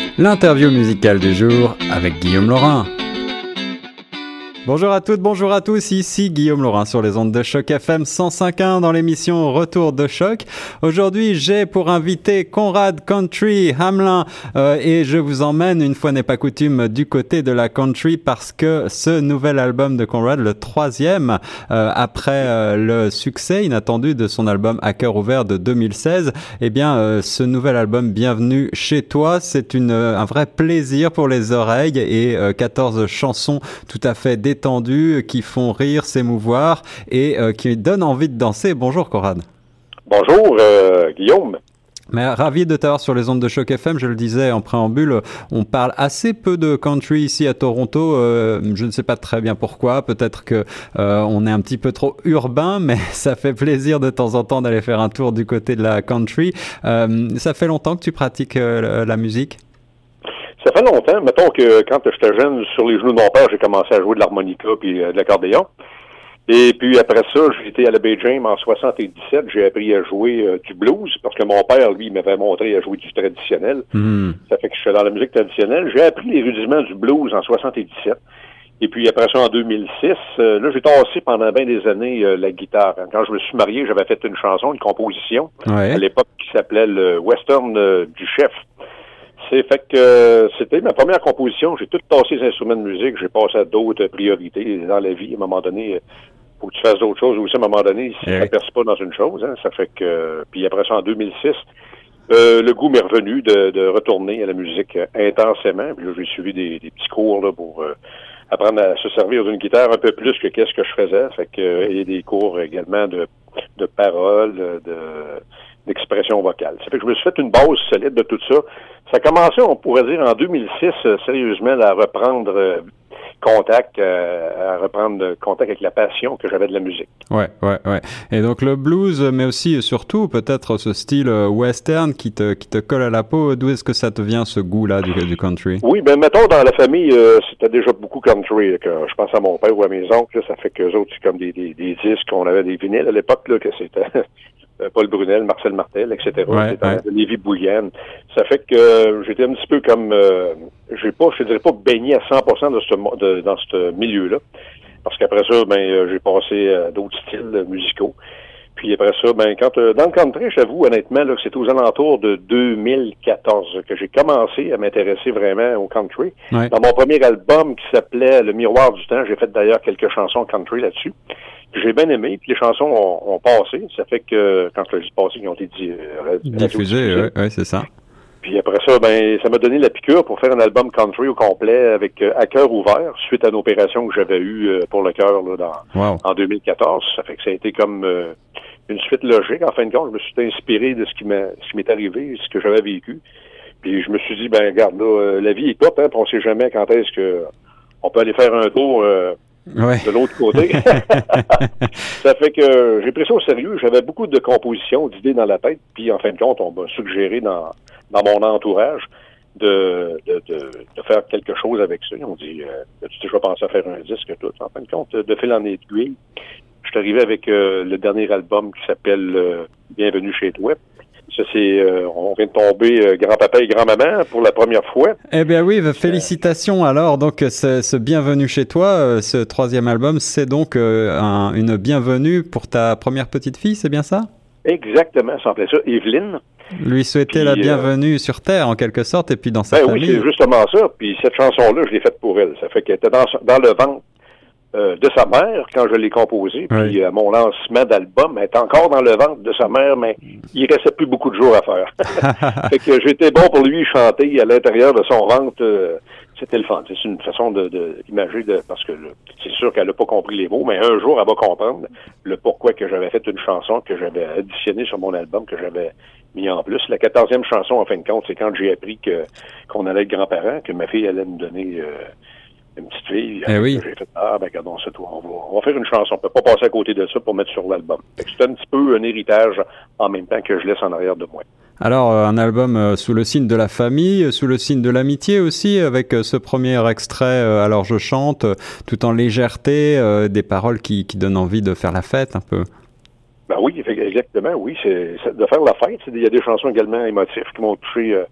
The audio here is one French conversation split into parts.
L'interview musicale du jour avec Guillaume Laurin. Bonjour à toutes, bonjour à tous, ici Guillaume Laurin sur les ondes de Choc FM 105.1 dans l'émission Retour de Choc. Aujourd'hui, j'ai pour invité Conrad Country Hamelin et je vous emmène, une fois n'est pas coutume, du côté de la country parce que ce nouvel album de Conrad, le troisième, après le succès inattendu de son album À cœur ouvert de 2016, eh bien, ce nouvel album Bienvenue chez toi, c'est un vrai plaisir pour les oreilles et 14 chansons tout à fait détendues qui font rire, s'émouvoir et qui donnent envie de danser. Bonjour Conrad. Bonjour Guillaume. Mais ravi de t'avoir sur les ondes de Choc FM, je le disais en préambule, on parle assez peu de country ici à Toronto, je ne sais pas très bien pourquoi, peut-être que on est un petit peu trop urbain, mais ça fait plaisir de temps en temps d'aller faire un tour du côté de la country. Ça fait longtemps que tu pratiques la musique? Ça fait longtemps. Mettons que quand j'étais jeune, sur les genoux de mon père, j'ai commencé à jouer de l'harmonica puis de l'accordéon. Et puis après ça, j'ai été à la Bay James en 77. J'ai appris à jouer du blues parce que mon père, lui, m'avait montré à jouer du traditionnel. Ça fait que je suis dans la musique traditionnelle. J'ai appris les rudiments du blues en 77. Et puis après ça, en 2006, là, j'ai tassé pendant bien des années la guitare. Quand je me suis marié, j'avais fait une chanson, une composition, à l'époque qui s'appelait le Western du Chef. C'est fait que c'était ma première composition. J'ai tout tassé les instruments de musique. J'ai passé à d'autres priorités dans la vie. À un moment donné, faut que tu fasses d'autres choses aussi. À un moment donné, si ça ne perce pas dans une chose, hein, ça fait que... Puis après ça, en 2006, le goût m'est revenu de retourner à la musique intensément. Puis là, j'ai suivi des petits cours là, pour apprendre à se servir d'une guitare un peu plus que qu'est-ce que je faisais. Fait que et des cours également de paroles, d'expression vocale. Ça fait que je me suis fait une base solide de tout ça. Ça a commencé, on pourrait dire, en 2006, sérieusement, à reprendre contact avec la passion que j'avais de la musique. Ouais. Et donc le blues, mais aussi et surtout peut-être ce style western qui te colle à la peau. D'où est-ce que ça te vient, ce goût-là du country? Oui, ben mettons, dans la famille, c'était déjà beaucoup country. Quand je pense à mon père ou à mes oncles, là, ça fait qu'eux autres, c'est comme des disques, on avait des vinyles à l'époque, là, que c'était... Paul Brunel, Marcel Martel, etc. C'était Lévi Bouillane. Ça fait que j'étais un petit peu comme... je dirais pas baigné à 100% dans ce milieu-là. Parce qu'après ça, j'ai passé à d'autres styles musicaux. Puis après ça, dans le country, j'avoue honnêtement là, que c'est aux alentours de 2014 que j'ai commencé à m'intéresser vraiment au country. Ouais. Dans mon premier album qui s'appelait Le Miroir du Temps, j'ai fait d'ailleurs quelques chansons country là-dessus. J'ai bien aimé, puis les chansons ont passé. Ça fait que, quand je dis passé, ils ont été diffusées, ouais, c'est ça. Puis après ça, ça m'a donné la piqûre pour faire un album country au complet avec À cœur ouvert, suite à une opération que j'avais eue pour le cœur en 2014. Ça fait que ça a été comme une suite logique. En fin de compte, je me suis inspiré de ce qui m'est arrivé, ce que j'avais vécu. Puis je me suis dit, regarde, là, la vie est courte, hein, puis on sait jamais quand est-ce que on peut aller faire un tour de l'autre côté. Ça fait que j'ai pris ça au sérieux. J'avais beaucoup de compositions, d'idées dans la tête. Puis en fin de compte, on m'a suggéré dans mon entourage de faire quelque chose avec ça. Ils ont dit, tu déjà pensé à faire un disque tout. En fin de compte, de fil en aiguille, je suis arrivé avec le dernier album qui s'appelle Bienvenue chez toi. Ça, on vient de tomber grand-papa et grand-maman pour la première fois. Eh bien oui, félicitations alors. Donc, ce Bienvenue chez toi, ce troisième album, c'est donc une bienvenue pour ta première petite fille, c'est bien ça? Exactement, ça s'appelait ça, Evelyne. Lui souhaiter la bienvenue sur Terre, en quelque sorte, et puis dans sa famille. Oui, c'est justement ça. Puis cette chanson-là, je l'ai faite pour elle. Ça fait qu'elle était dans le ventre de sa mère quand je l'ai composée. Puis mon lancement d'album est encore dans le ventre de sa mère, mais il restait plus beaucoup de jours à faire. Fait que j'étais bon pour lui chanter à l'intérieur de son ventre. C'était le fun. C'est une façon d'imaginer, parce que c'est sûr qu'elle n'a pas compris les mots, mais un jour, elle va comprendre le pourquoi que j'avais fait une chanson que j'avais additionnée sur mon album, que j'avais mis en plus. La 14e chanson, en fin de compte, c'est quand j'ai appris qu'on allait être grands-parents, que ma fille allait me donner une petite fille. Oui. J'ai fait, regardons ça, toi, on va faire une chanson. On peut pas passer à côté de ça pour mettre sur l'album. C'est un petit peu un héritage en même temps que je laisse en arrière de moi. Alors, un album sous le signe de la famille, sous le signe de l'amitié aussi, avec ce premier extrait, Alors je chante, tout en légèreté, des paroles qui donnent envie de faire la fête un peu. Oui, exactement, oui. C'est de faire la fête. Il y a des chansons également émotives qui m'ont touché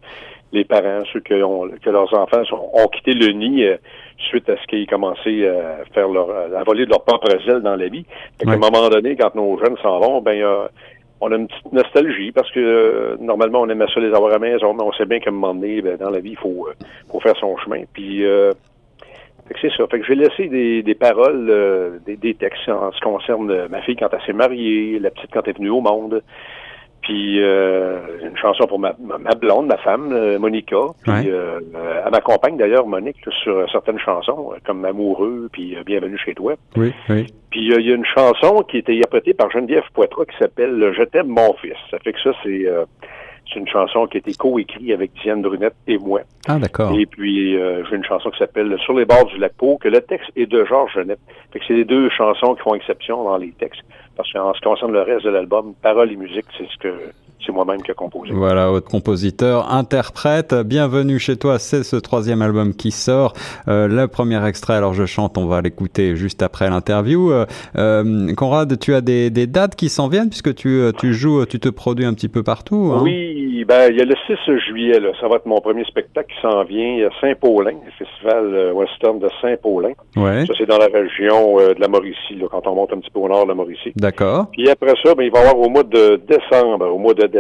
les parents, ceux que leurs enfants ont quitté le nid suite à ce qu'ils commençaient à faire à voler de leur propre ailes dans la vie. À un moment donné, quand nos jeunes s'en vont, on a une petite nostalgie parce que normalement on aimait ça les avoir à la maison, mais on sait bien qu'à un moment donné, dans la vie, il faut faire son chemin. Puis fait que c'est ça. Fait que j'ai laissé des paroles, des textes en ce qui concerne ma fille quand elle s'est mariée, la petite quand elle est venue au monde. Puis une chanson pour ma blonde, ma femme, Monica. Puis elle m'accompagne d'ailleurs, Monique, là, sur certaines chansons, comme Amoureux, puis Bienvenue chez toi. Oui, oui. Puis il y a une chanson qui était interprétée par Geneviève Poitras qui s'appelle Je t'aime mon fils. Ça fait que ça, c'est une chanson qui a été coécrite avec Diane Brunette et moi. Ah, d'accord. Et puis j'ai une chanson qui s'appelle Sur les bords du lac Pau, que le texte est de Georges Genette. Fait que c'est les deux chansons qui font exception dans les textes. Parce qu'en ce qui concerne le reste de l'album, paroles et musique, c'est moi-même qui ai composé. Voilà, autre compositeur, interprète. Bienvenue chez toi, c'est ce 3e album qui sort. Le premier extrait, alors je chante, on va l'écouter juste après l'interview. Conrad, tu as des dates qui s'en viennent puisque tu joues, tu te produis un petit peu partout. Hein? Oui, il y a le 6 juillet, là, ça va être mon premier spectacle qui s'en vient. Il y a Saint-Paulin, le festival western de Saint-Paulin. Ouais. Ça, c'est dans la région de la Mauricie, là, quand on monte un petit peu au nord de la Mauricie. D'accord. Puis après ça, il va y avoir au mois de décembre,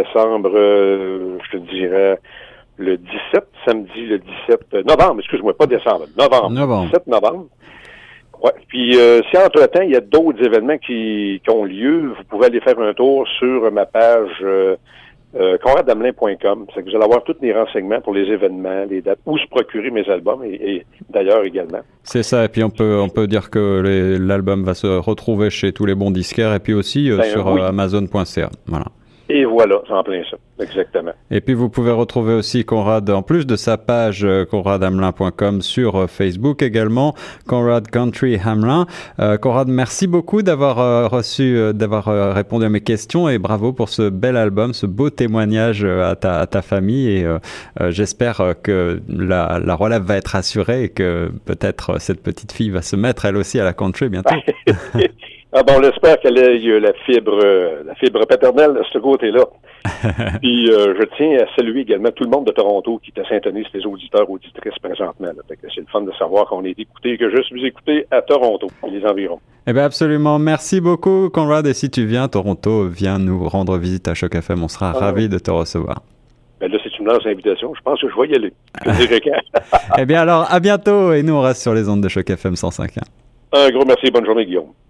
je te dirais le 17, samedi le 17 novembre, excuse-moi, pas décembre, novembre. 17 novembre. Ouais. Puis si entre-temps, il y a d'autres événements qui ont lieu, vous pouvez aller faire un tour sur ma page conradhamelin.com. C'est que vous allez avoir tous les renseignements pour les événements, les dates, où se procurer mes albums et d'ailleurs également. C'est ça, et puis on peut dire que l'album va se retrouver chez tous les bons disquaires et puis aussi sur Amazon.ca. Voilà. Et voilà, c'est en plein ça, exactement. Et puis vous pouvez retrouver aussi Conrad, en plus de sa page conradhamelin.com sur Facebook également, Conrad Country Hamelin. Conrad, merci beaucoup d'avoir répondu à mes questions et bravo pour ce bel album, ce beau témoignage à ta famille et j'espère que la relève va être assurée et que peut-être cette petite fille va se mettre elle aussi à la country bientôt. On l'espère qu'elle ait la fibre paternelle de ce côté-là. Puis je tiens à saluer également tout le monde de Toronto qui syntonise, les auditeurs, auditrices présentement. Là. Fait que c'est le fun de savoir qu'on est écouté et que je suis écouté à Toronto et les environs. Eh bien absolument. Merci beaucoup, Conrad. Et si tu viens à Toronto, viens nous rendre visite à Choc FM. On sera ravis de te recevoir. Ben là, si tu me lances l'invitation, je pense que je vais y aller. Je te dirai quand. Eh bien alors, à bientôt. Et nous, on reste sur les ondes de Choc FM 105.1. Un gros merci. Bonne journée, Guillaume.